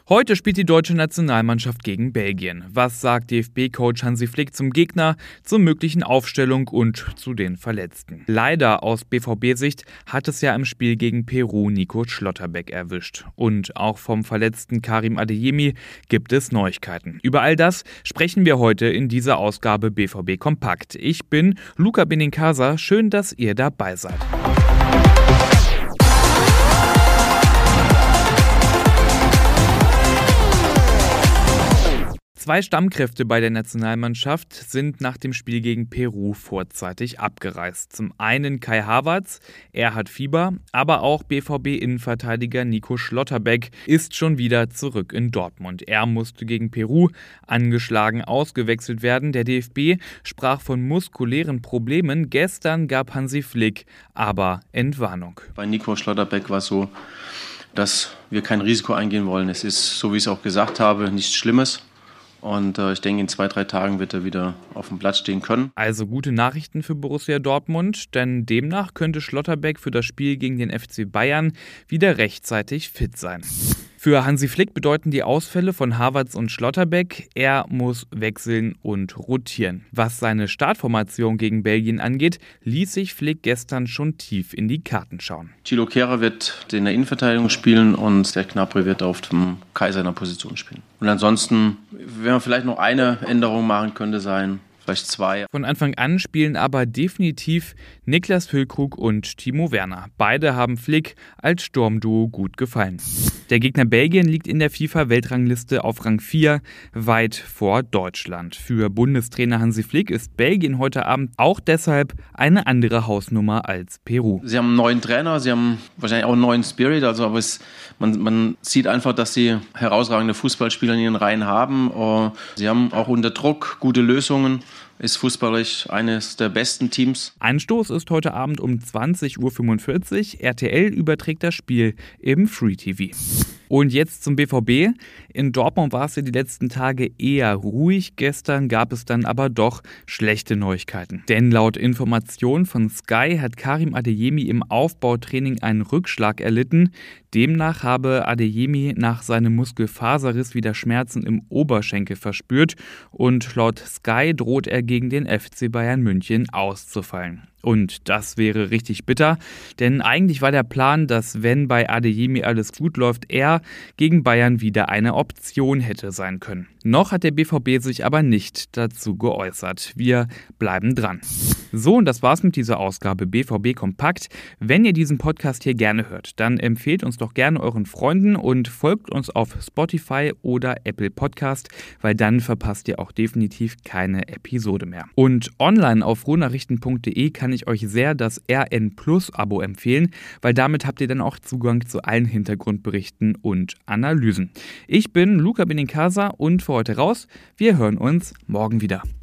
Heute spielt die deutsche Nationalmannschaft gegen Belgien. Was sagt DFB-Coach Hansi Flick zum Gegner, zur möglichen Aufstellung und zu den Verletzten? Leider aus BVB-Sicht hat es ja im Spiel gegen Peru Nico Schlotterbeck erwischt. Und auch vom verletzten Karim Adeyemi gibt es Neuigkeiten. Über all das sprechen wir heute in dieser Ausgabe BVB Kompakt. Ich bin Luca Benincasa. Schön, dass ihr dabei seid. Zwei Stammkräfte bei der Nationalmannschaft sind nach dem Spiel gegen Peru vorzeitig abgereist. Zum einen Kai Havertz, er hat Fieber, aber auch BVB-Innenverteidiger Nico Schlotterbeck ist schon wieder zurück in Dortmund. Er musste gegen Peru angeschlagen ausgewechselt werden. Der DFB sprach von muskulären Problemen. Gestern gab Hansi Flick aber Entwarnung. Bei Nico Schlotterbeck war es so, dass wir kein Risiko eingehen wollen. Es ist, so wie ich es auch gesagt habe, nichts Schlimmes. Und ich denke, in 2-3 Tagen wird er wieder auf dem Platz stehen können. Also gute Nachrichten für Borussia Dortmund, denn demnach könnte Schlotterbeck für das Spiel gegen den FC Bayern wieder rechtzeitig fit sein. Für Hansi Flick bedeuten die Ausfälle von Havertz und Schlotterbeck, er muss wechseln und rotieren. Was seine Startformation gegen Belgien angeht, ließ sich Flick gestern schon tief in die Karten schauen. Thilo Kehrer wird in der Innenverteidigung spielen und der Gnabry wird auf dem Kai seiner Position spielen. Und ansonsten, wenn man vielleicht noch eine Änderung machen könnte, sein, vielleicht 2. Von Anfang an spielen aber definitiv Niklas Füllkrug und Timo Werner. Beide haben Flick als Sturmduo gut gefallen. Der Gegner Belgien liegt in der FIFA-Weltrangliste auf Rang 4, weit vor Deutschland. Für Bundestrainer Hansi Flick ist Belgien heute Abend auch deshalb eine andere Hausnummer als Peru. Sie haben einen neuen Trainer, sie haben wahrscheinlich auch einen neuen Spirit, aber man sieht einfach, dass sie herausragende Fußballspieler in ihren Reihen haben. Sie haben auch unter Druck gute Lösungen. Ist fußballerisch eines der besten Teams. Anstoß ist heute Abend um 20.45 Uhr. RTL überträgt das Spiel im Free TV. Und jetzt zum BVB. In Dortmund war es ja die letzten Tage eher ruhig. Gestern gab es dann aber doch schlechte Neuigkeiten. Denn laut Informationen von Sky hat Karim Adeyemi im Aufbautraining einen Rückschlag erlitten. Demnach habe Adeyemi nach seinem Muskelfaserriss wieder Schmerzen im Oberschenkel verspürt. Und laut Sky droht er gegen den FC Bayern München auszufallen. Und das wäre richtig bitter, denn eigentlich war der Plan, dass wenn bei Adeyemi alles gut läuft, er gegen Bayern wieder eine Option hätte sein können. Noch hat der BVB sich aber nicht dazu geäußert. Wir bleiben dran. So, und das war's mit dieser Ausgabe BVB Kompakt. Wenn ihr diesen Podcast hier gerne hört, dann empfehlt uns doch gerne euren Freunden und folgt uns auf Spotify oder Apple Podcast, weil dann verpasst ihr auch definitiv keine Episode mehr. Und online auf ruhrnachrichten.de kann ich euch sehr das RN Plus Abo empfehlen, weil damit habt ihr dann auch Zugang zu allen Hintergrundberichten und Analysen. Ich bin Luca Benincasa und für heute raus. Wir hören uns morgen wieder.